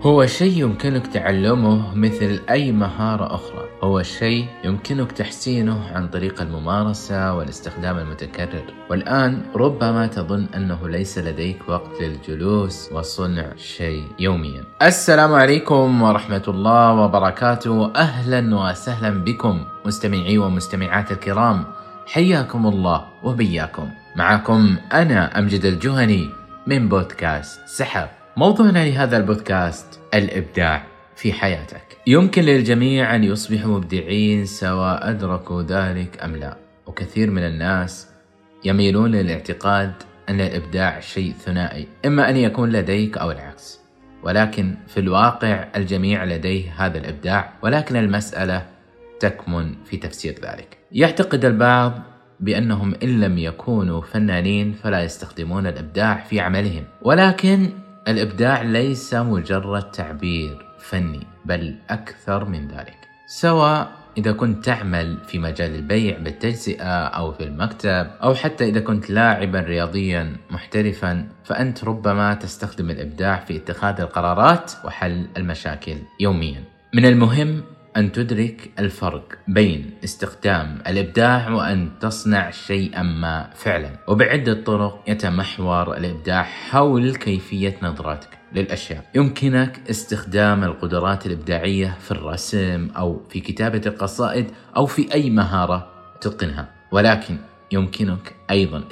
هو شيء يمكنك تعلمه مثل أي مهارة أخرى. هو شيء يمكنك تحسينه عن طريق الممارسة والاستخدام المتكرر. والآن ربما تظن أنه ليس لديك وقت للجلوس وصنع شيء يوميا. السلام عليكم ورحمة الله وبركاته. أهلا وسهلا بكم مستمعي ومستمعات الكرام، حياكم الله وبياكم. معكم أنا أمجد الجهني من بودكاست سحب. موضوعنا لهذا البودكاست الإبداع في حياتك. يمكن للجميع أن يصبحوا مبدعين سواء أدركوا ذلك أم لا، وكثير من الناس يميلون للاعتقاد أن الإبداع شيء ثنائي، إما أن يكون لديك أو العكس. ولكن في الواقع الجميع لديه هذا الإبداع، ولكن المسألة تكمن في تفسير ذلك. يعتقد البعض بأنهم إن لم يكونوا فنانين فلا يستخدمون الإبداع في عملهم، ولكن الإبداع ليس مجرد تعبير فني، بل أكثر من ذلك. سواء إذا كنت تعمل في مجال البيع بالتجزئة أو في المكتب، أو حتى إذا كنت لاعبا رياضيا محترفا، فأنت ربما تستخدم الإبداع في اتخاذ القرارات وحل المشاكل يوميا. من المهم أن تدرك الفرق بين استخدام الإبداع وأن تصنع شيئا ما فعلا. وبعدة طرق يتمحور الإبداع حول كيفية نظرتك للأشياء. يمكنك استخدام القدرات الإبداعية في الرسم أو في كتابة القصائد أو في أي مهارة تتقنها، ولكن يمكنك أيضا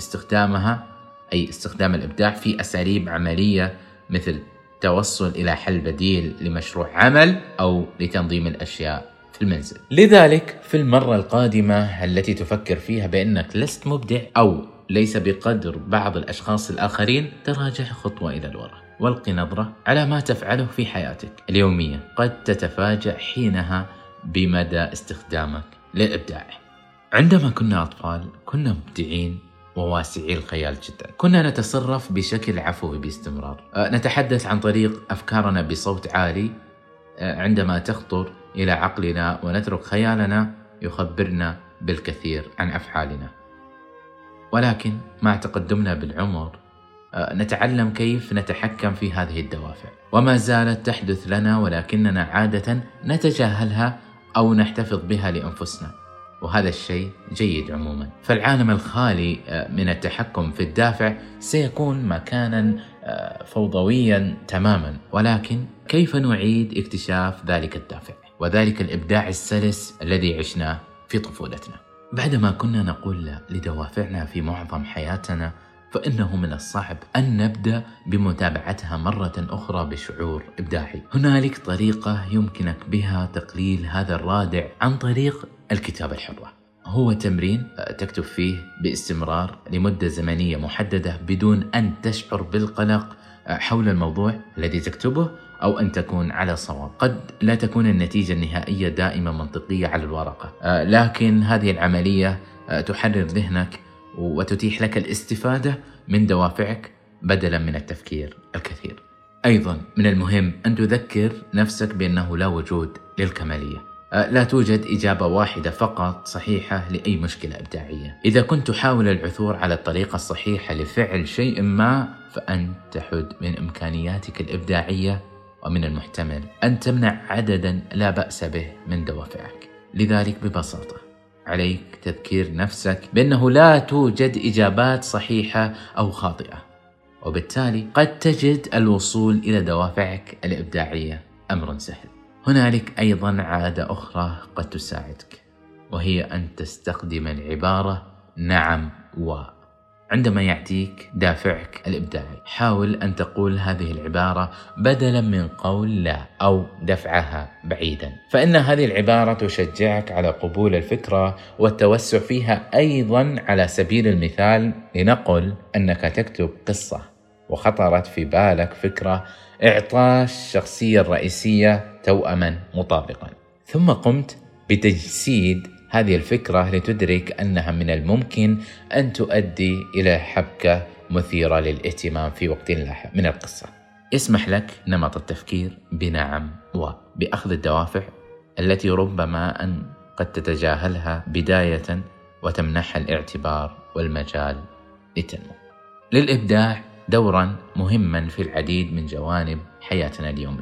استخدام الإبداع في أساليب عملية، مثل توصل إلى حل بديل لمشروع عمل أو لتنظيم الأشياء في المنزل. لذلك في المرة القادمة التي تفكر فيها بأنك لست مبدع أو ليس بقدر بعض الأشخاص الآخرين، تراجع خطوة إلى الوراء والقي نظرة على ما تفعله في حياتك اليومية. قد تتفاجأ حينها بمدى استخدامك للإبداع. عندما كنا أطفال كنا مبدعين وواسعي الخيال جدا. كنا نتصرف بشكل عفوي باستمرار، نتحدث عن طريق أفكارنا بصوت عالي عندما تخطر إلى عقلنا، ونترك خيالنا يخبرنا بالكثير عن أفعالنا. ولكن مع تقدمنا بالعمر نتعلم كيف نتحكم في هذه الدوافع، وما زالت تحدث لنا، ولكننا عادة نتجاهلها أو نحتفظ بها لأنفسنا، وهذا الشيء جيد عموما. فالعالم الخالي من التحكم في الدافع سيكون مكانا فوضويا تماما. ولكن كيف نعيد اكتشاف ذلك الدافع وذلك الإبداع السلس الذي عشناه في طفولتنا؟ بعدما كنا نقول لا لدوافعنا في معظم حياتنا، فإنه من الصعب أن نبدأ بمتابعتها مرة أخرى بشعور إبداعي. هنالك طريقة يمكنك بها تقليل هذا الرادع عن طريق الكتابة الحرة. هو تمرين تكتب فيه باستمرار لمدة زمنية محددة بدون أن تشعر بالقلق حول الموضوع الذي تكتبه أو أن تكون على صواب. قد لا تكون النتيجة النهائية دائما منطقية على الورقة، لكن هذه العملية تحرر ذهنك وتتيح لك الاستفادة من دوافعك بدلا من التفكير الكثير. أيضا من المهم أن تذكر نفسك بأنه لا وجود للكمالية. لا توجد إجابة واحدة فقط صحيحة لأي مشكلة إبداعية. إذا كنت تحاول العثور على الطريقة الصحيحة لفعل شيء ما، فأنت تحد من إمكانياتك الإبداعية، ومن المحتمل أن تمنع عددا لا بأس به من دوافعك. لذلك ببساطة عليك تذكير نفسك بأنه لا توجد إجابات صحيحة أو خاطئة، وبالتالي قد تجد الوصول إلى دوافعك الإبداعية أمر سهل. هنالك أيضا عادة أخرى قد تساعدك، وهي أن تستخدم العبارة نعم و. عندما يأتيك دافعك الإبداعي، حاول أن تقول هذه العبارة بدلا من قول لا أو دفعها بعيدا، فإن هذه العبارة تشجعك على قبول الفكرة والتوسع فيها. أيضا على سبيل المثال، لنقل أنك تكتب قصة وخطرت في بالك فكرة إعطاء الشخصية الرئيسية توأما مطابقا، ثم قمت بتجسيد هذه الفكرة لتدرك أنها من الممكن أن تؤدي إلى حبكة مثيرة للاهتمام في وقت لاحق من القصة. يسمح لك نمط التفكير بنعم وبأخذ الدوافع التي ربما أن قد تتجاهلها بداية وتمنحها الاعتبار والمجال لتنمو. للإبداع دورا مهما في العديد من جوانب حياتنا اليومية،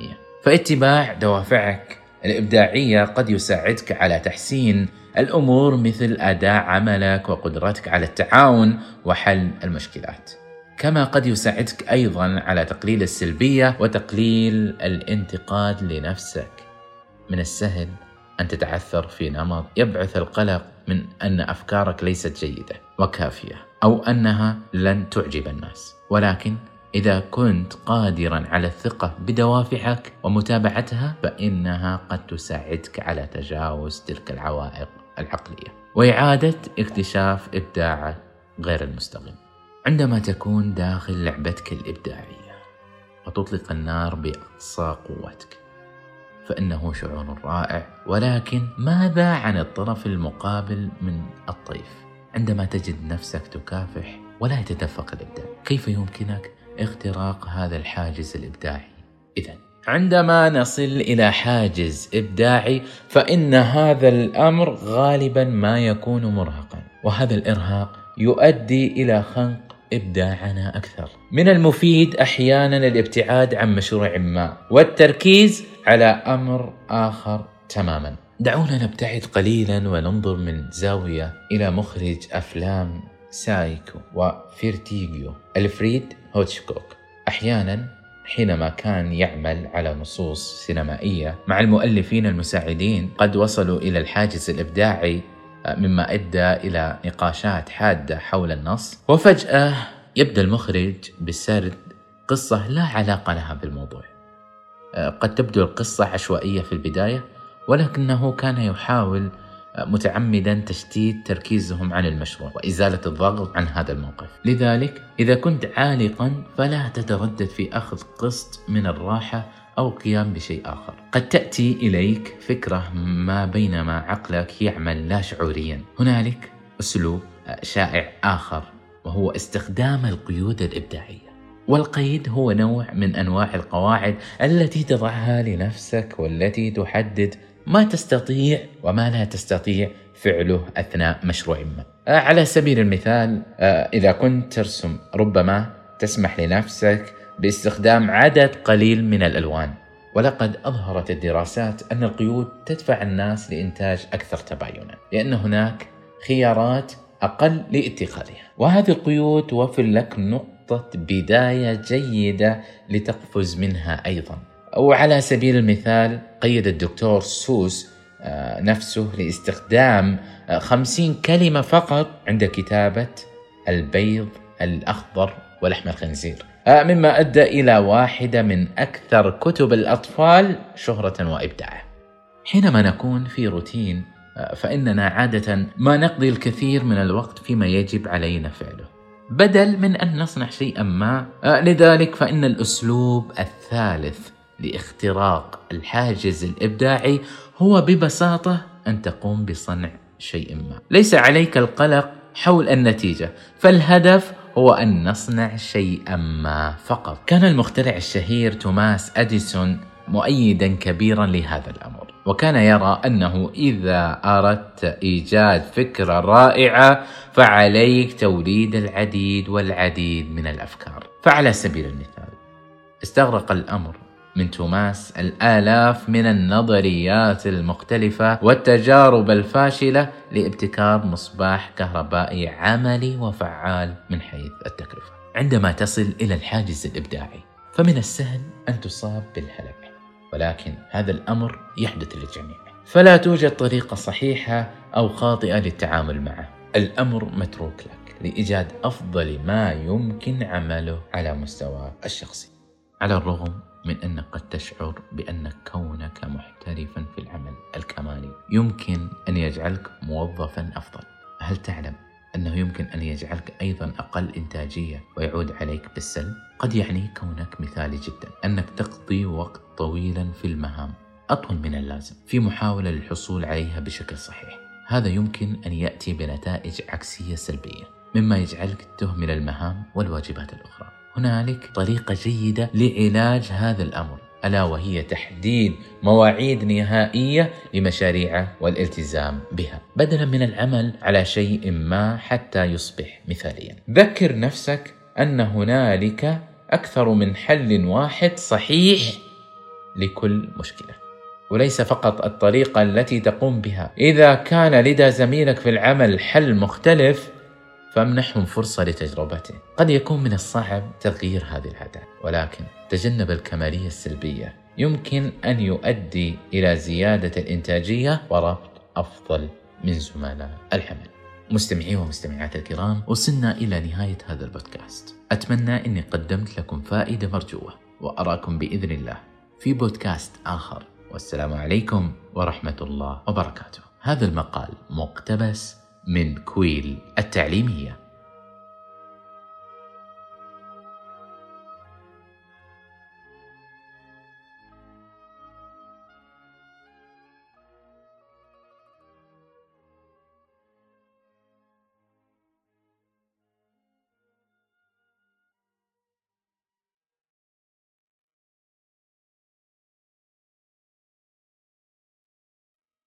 فاتباع دوافعك الإبداعية قد يساعدك على تحسين الأمور مثل أداء عملك وقدرتك على التعاون وحل المشكلات. كما قد يساعدك أيضا على تقليل السلبية وتقليل الانتقاد لنفسك. من السهل أن تتعثر في نمط يبعث القلق من أن أفكارك ليست جيدة وكافية أو أنها لن تعجب الناس، ولكن إذا كنت قادرا على الثقة بدوافعك ومتابعتها فإنها قد تساعدك على تجاوز تلك العوائق العقلية وإعادة اكتشاف إبداعك غير المستقيم. عندما تكون داخل لعبتك الإبداعية وتطلق النار بأقصى قوتك فإنه شعور رائع، ولكن ماذا عن الطرف المقابل من الطيف؟ عندما تجد نفسك تكافح ولا يتدفق الإبداع، كيف يمكنك اختراق هذا الحاجز الإبداعي؟ إذن عندما نصل إلى حاجز إبداعي فإن هذا الأمر غالبا ما يكون مرهقا، وهذا الإرهاق يؤدي إلى خنق إبداعنا أكثر. من المفيد أحيانا الابتعاد عن مشروع ما والتركيز على أمر آخر تماما. دعونا نبتعد قليلا وننظر من زاوية إلى مخرج أفلام سايكو وفيرتيغيو ألفريد هيتشكوك. أحيانا حينما كان يعمل على نصوص سينمائية مع المؤلفين المساعدين قد وصلوا إلى الحاجز الإبداعي، مما أدى إلى نقاشات حادة حول النص، وفجأة يبدأ المخرج بسرد قصة لا علاقة لها بالموضوع. قد تبدو القصة عشوائية في البداية، ولكنه كان يحاول متعمدا تشتيت تركيزهم عن المشروع وإزالة الضغط عن هذا الموقف. لذلك إذا كنت عالقا فلا تتردد في أخذ قسط من الراحة أو قيام بشيء آخر. قد تأتي إليك فكرة ما بينما عقلك يعمل لا شعوريا. هنالك أسلوب شائع آخر وهو استخدام القيود الإبداعية. والقيد هو نوع من أنواع القواعد التي تضعها لنفسك والتي تحدد ما تستطيع وما لا تستطيع فعله أثناء مشروع ما. على سبيل المثال إذا كنت ترسم ربما تسمح لنفسك باستخدام عدد قليل من الألوان، ولقد أظهرت الدراسات أن القيود تدفع الناس لإنتاج أكثر تباينا لأن هناك خيارات أقل لاتخاذها، وهذه القيود توفر لك نقطة بداية جيدة لتقفز منها أيضا. وعلى سبيل المثال قيد الدكتور سوس نفسه لاستخدام 50 كلمة فقط عند كتابة البيض الأخضر ولحم الخنزير، مما أدى إلى واحدة من أكثر كتب الأطفال شهرة وإبداعا. حينما نكون في روتين فإننا عادة ما نقضي الكثير من الوقت فيما يجب علينا فعله بدل من أن نصنع شيئا ما. لذلك فإن الأسلوب الثالث لاختراق الحاجز الإبداعي هو ببساطة أن تقوم بصنع شيء ما. ليس عليك القلق حول النتيجة، فالهدف هو أن نصنع شيئا ما فقط. كان المخترع الشهير توماس أديسون مؤيدا كبيرا لهذا الأمر، وكان يرى أنه إذا أردت إيجاد فكرة رائعة فعليك توليد العديد والعديد من الأفكار. فعلى سبيل المثال استغرق الأمر من توماس الآلاف من النظريات المختلفة والتجارب الفاشلة لابتكار مصباح كهربائي عملي وفعال من حيث التكلفة. عندما تصل إلى الحاجز الإبداعي فمن السهل أن تصاب بالهلع، ولكن هذا الأمر يحدث للجميع، فلا توجد طريقة صحيحة أو خاطئة للتعامل معه. الأمر متروك لك لإيجاد أفضل ما يمكن عمله على مستوى الشخصي، على الرغم من أنك قد تشعر بأن كونك محترفا في العمل الكمالي يمكن أن يجعلك موظفا أفضل. هل تعلم أنه يمكن أن يجعلك أيضا أقل إنتاجية ويعود عليك بالسلب؟ قد يعني كونك مثالي جدا أنك تقضي وقت طويلا في المهام أطول من اللازم في محاولة للحصول عليها بشكل صحيح. هذا يمكن أن يأتي بنتائج عكسية سلبية، مما يجعلك تهمل المهام والواجبات الأخرى. هنالك طريقة جيدة لعلاج هذا الأمر، ألا وهي تحديد مواعيد نهائية لمشاريعه والالتزام بها بدلا من العمل على شيء ما حتى يصبح مثاليا. ذكر نفسك أن هنالك أكثر من حل واحد صحيح لكل مشكلة، وليس فقط الطريقة التي تقوم بها. إذا كان لدى زميلك في العمل حل مختلف فامنحهم فرصة لتجربته. قد يكون من الصعب تغيير هذه العادات، ولكن تجنب الكمالية السلبية يمكن أن يؤدي إلى زيادة الإنتاجية وربط أفضل من زملاء العمل. مستمعي ومستمعات الكرام، وصلنا إلى نهاية هذا البودكاست. أتمنى أني قدمت لكم فائدة مرجوة، وأراكم بإذن الله في بودكاست آخر، والسلام عليكم ورحمة الله وبركاته. هذا المقال مقتبس من كويل التعليمية.